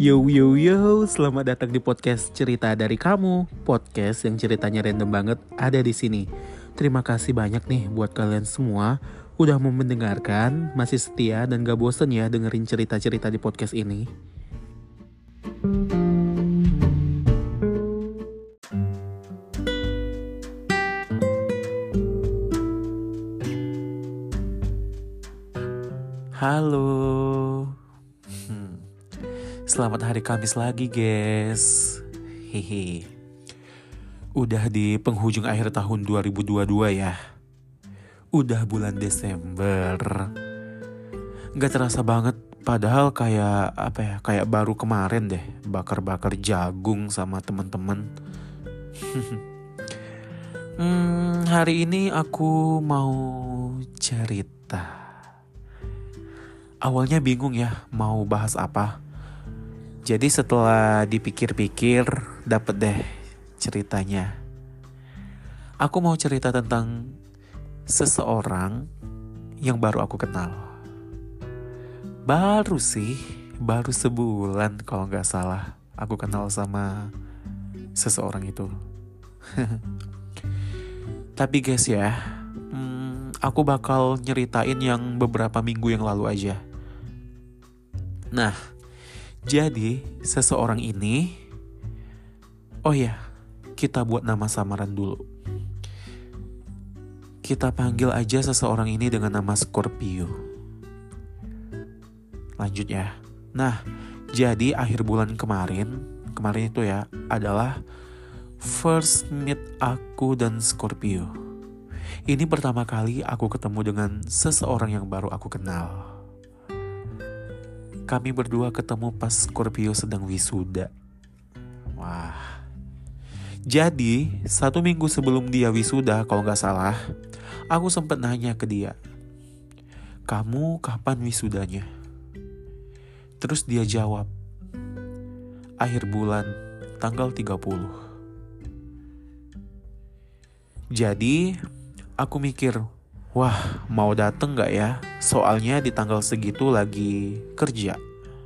Yo yo yo, selamat datang di podcast Cerita Dari Kamu. Podcast yang ceritanya random banget ada di sini. Terima kasih banyak nih buat kalian semua udah mau mendengarkan, masih setia dan gak bosen ya dengerin cerita-cerita di podcast ini. Halo. Selamat hari Kamis lagi, guys. Hehe. Udah di penghujung akhir tahun 2022 ya. Udah bulan Desember. Gak terasa banget, padahal kayak baru kemarin deh bakar-bakar jagung sama teman-teman. Hari ini aku mau cerita. Awalnya bingung ya mau bahas apa. Jadi setelah dipikir-pikir dapet deh ceritanya. Aku mau cerita tentang seseorang yang baru aku kenal. Baru sebulan kalau gak salah aku kenal sama seseorang itu. Tapi guys ya, aku bakal nyeritain yang beberapa minggu yang lalu aja. Nah, jadi seseorang ini, oh ya, kita buat nama samaran dulu. Kita panggil aja seseorang ini dengan nama Scorpio. Lanjut ya. Nah, jadi akhir bulan kemarin itu ya adalah first meet aku dan Scorpio. Ini pertama kali aku ketemu dengan seseorang yang baru aku kenal. Kami berdua ketemu pas Scorpio sedang wisuda. Wah. Jadi 1 minggu sebelum dia wisuda kalau gak salah, aku sempat nanya ke dia, "Kamu kapan wisudanya?" Terus dia jawab, "Akhir bulan, tanggal 30. Jadi aku mikir, wah, mau dateng gak ya? Soalnya di tanggal segitu lagi kerja.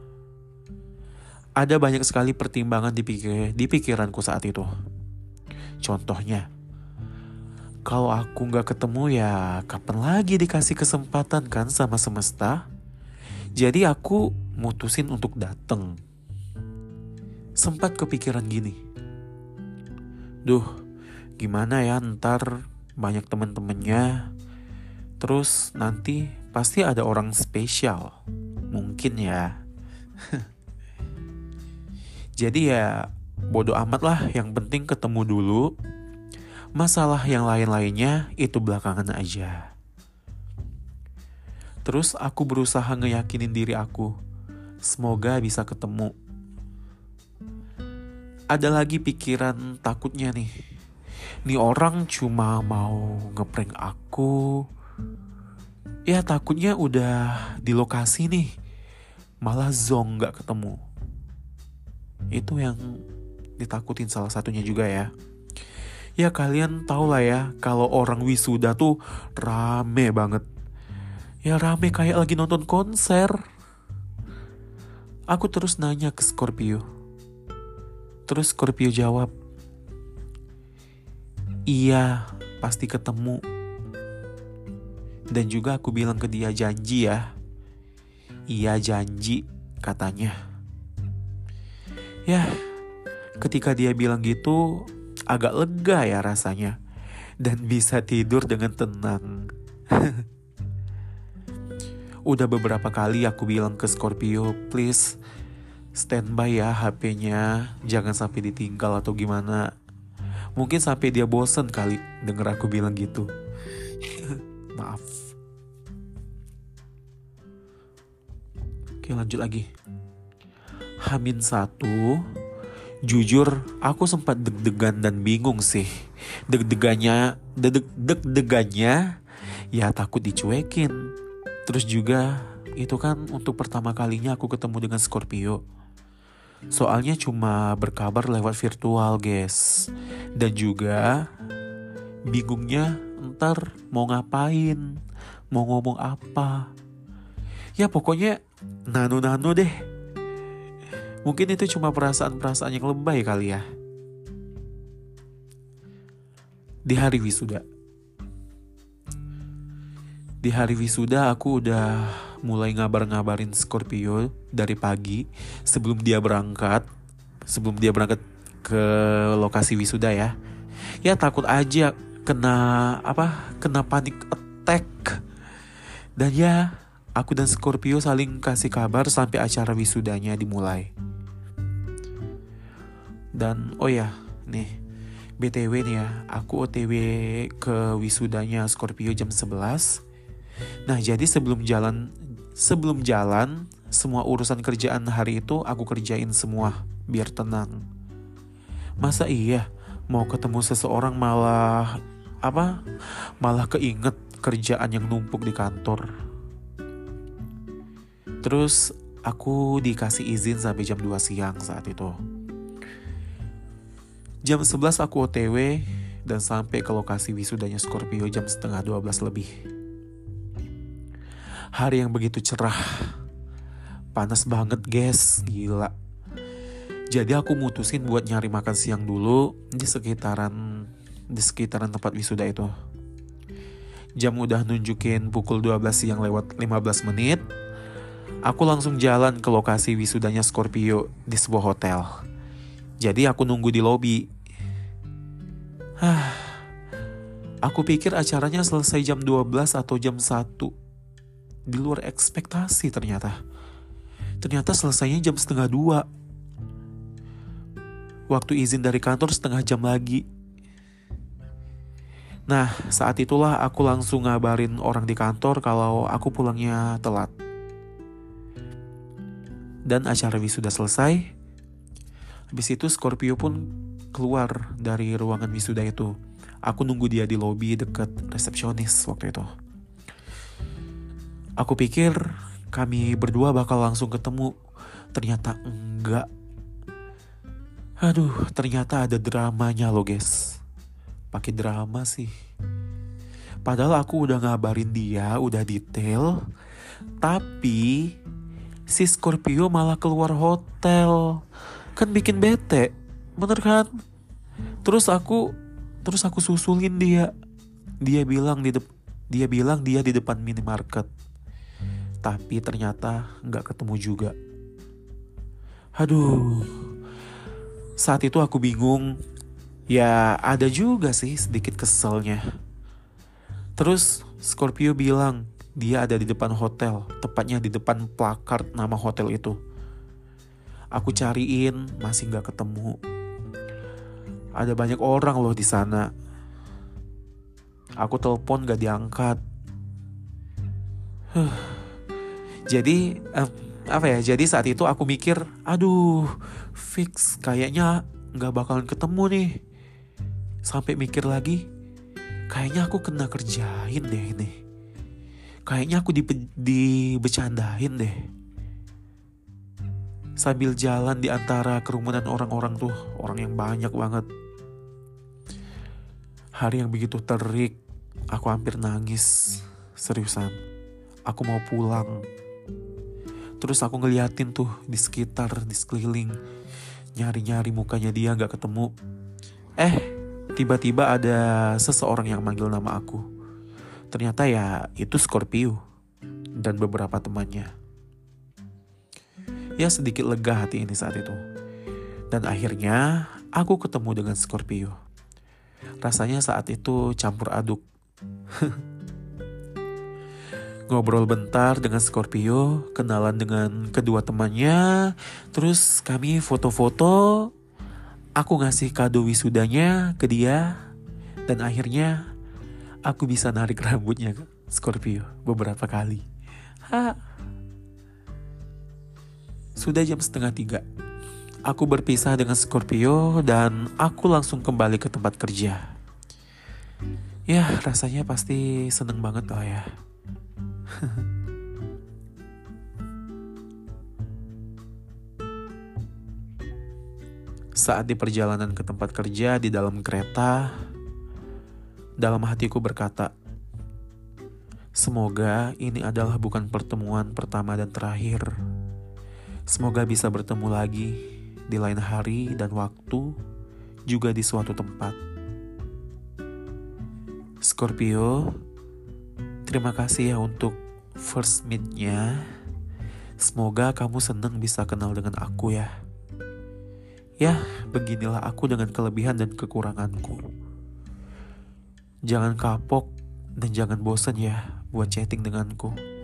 Ada banyak sekali pertimbangan di pikiranku saat itu. Contohnya, kalau aku gak ketemu ya kapan lagi dikasih kesempatan kan sama semesta? Jadi aku mutusin untuk dateng. Sempat kepikiran gini, duh, gimana ya ntar banyak temen-temennya. Terus nanti pasti ada orang spesial. Mungkin ya. Jadi ya bodo amat lah, yang penting ketemu dulu. Masalah yang lain-lainnya itu belakangan aja. Terus aku berusaha ngeyakinin diri aku, semoga bisa ketemu. Ada lagi pikiran takutnya nih. Nih orang cuma mau ngeprank aku. Ya takutnya udah di lokasi nih, malah zonk gak ketemu. Itu yang ditakutin salah satunya juga ya. Ya kalian tau lah ya, kalau orang wisuda tuh rame banget. Ya rame kayak lagi nonton konser. Aku terus nanya ke Scorpio. Terus Scorpio jawab, "Iya, pasti ketemu." Dan juga aku bilang ke dia, "Janji ya." "Iya janji," katanya. Ya, ketika dia bilang gitu, agak lega ya rasanya. Dan bisa tidur dengan tenang. Udah beberapa kali aku bilang ke Scorpio, "Please, standby ya HP-nya. Jangan sampai ditinggal atau gimana." Mungkin sampai dia bosen kali denger aku bilang gitu. Maaf. Oke, lanjut lagi. H-1, jujur aku sempat deg-degan dan bingung sih. Deg-degannya ya takut dicuekin. Terus juga itu kan untuk pertama kalinya aku ketemu dengan Scorpio. Soalnya cuma berkabar lewat virtual, guys. Dan juga bingungnya ntar mau ngapain, mau ngomong apa. Ya pokoknya nano deh. Mungkin itu cuma perasaan-perasaan yang lebay kali ya. Di hari wisuda. Di hari wisuda aku udah mulai ngabar-ngabarin Scorpio dari pagi sebelum dia berangkat. Sebelum dia berangkat ke lokasi wisuda ya. Ya takut aja kena panic attack. Dan ya, aku dan Scorpio saling kasih kabar sampai acara wisudanya dimulai. Dan oh ya, nih BTW nih ya, aku OTW ke wisudanya Scorpio jam 11. Nah, jadi sebelum jalan, semua urusan kerjaan hari itu aku kerjain semua biar tenang. Masa iya mau ketemu seseorang malah keinget kerjaan yang numpuk di kantor. Terus aku dikasih izin sampai jam 2 siang saat itu. Jam 11 aku OTW dan sampai ke lokasi wisudanya Scorpio jam setengah 12 lebih. Hari yang begitu cerah. Panas banget guys, gila. Jadi aku mutusin buat nyari makan siang dulu di sekitaran tempat wisuda itu. Jam udah nunjukin pukul 12 siang lewat 15 menit. Aku langsung jalan ke lokasi wisudanya Scorpio di sebuah hotel. Jadi aku nunggu di lobi. Aku pikir acaranya selesai jam 12 atau jam 1. Di luar ekspektasi ternyata. Ternyata selesainya jam setengah 2. Waktu izin dari kantor setengah jam lagi. Nah, saat itulah aku langsung ngabarin orang di kantor kalau aku pulangnya telat. Dan acara wisuda selesai. Habis itu Scorpio pun keluar dari ruangan wisuda itu. Aku nunggu dia di lobi dekat resepsionis waktu itu. Aku pikir kami berdua bakal langsung ketemu. Ternyata enggak. Aduh, ternyata ada dramanya loh guys. Pakai drama sih. Padahal aku udah ngabarin dia, udah detail. Tapi si Scorpio malah keluar hotel. Kan bikin bete. Bener kan? Terus aku susulin dia. Dia bilang dia di depan minimarket. Tapi ternyata nggak ketemu juga. Aduh. Saat itu aku bingung. Ya ada juga sih sedikit keselnya. Terus Scorpio bilang dia ada di depan hotel. Tepatnya di depan plakard nama hotel itu. Aku cariin masih nggak ketemu. Ada banyak orang loh di sana. Aku telepon gak diangkat. Jadi Jadi saat itu aku mikir, aduh, fix kayaknya nggak bakalan ketemu nih. Sampai mikir lagi, kayaknya aku kena kerjain deh ini. Kayaknya aku dibecandain deh. Sambil jalan di antara kerumunan orang-orang tuh, orang yang banyak banget. Hari yang begitu terik, aku hampir nangis. Seriusan, aku mau pulang. Terus aku ngeliatin tuh di sekeliling. Nyari-nyari mukanya dia gak ketemu. Tiba-tiba ada seseorang yang manggil nama aku. Ternyata ya itu Scorpio dan beberapa temannya. Ya sedikit lega hati ini saat itu. Dan akhirnya aku ketemu dengan Scorpio. Rasanya saat itu campur aduk. Ngobrol bentar dengan Scorpio, kenalan dengan kedua temannya, terus kami foto-foto, aku ngasih kado wisudanya ke dia, dan akhirnya aku bisa narik rambutnya Scorpio beberapa kali. Sudah jam 2:30. Aku berpisah dengan Scorpio dan aku langsung kembali ke tempat kerja. Ya, rasanya pasti seneng banget lah ya. Saat di perjalanan ke tempat kerja di dalam kereta, dalam hatiku berkata, semoga ini adalah bukan pertemuan pertama dan terakhir. Semoga bisa bertemu lagi di lain hari dan waktu, juga di suatu tempat. Scorpio, terima kasih ya untuk first meet-nya. Semoga kamu senang bisa kenal dengan aku ya. Ya, beginilah aku dengan kelebihan dan kekuranganku. Jangan kapok dan jangan bosan ya buat chatting denganku.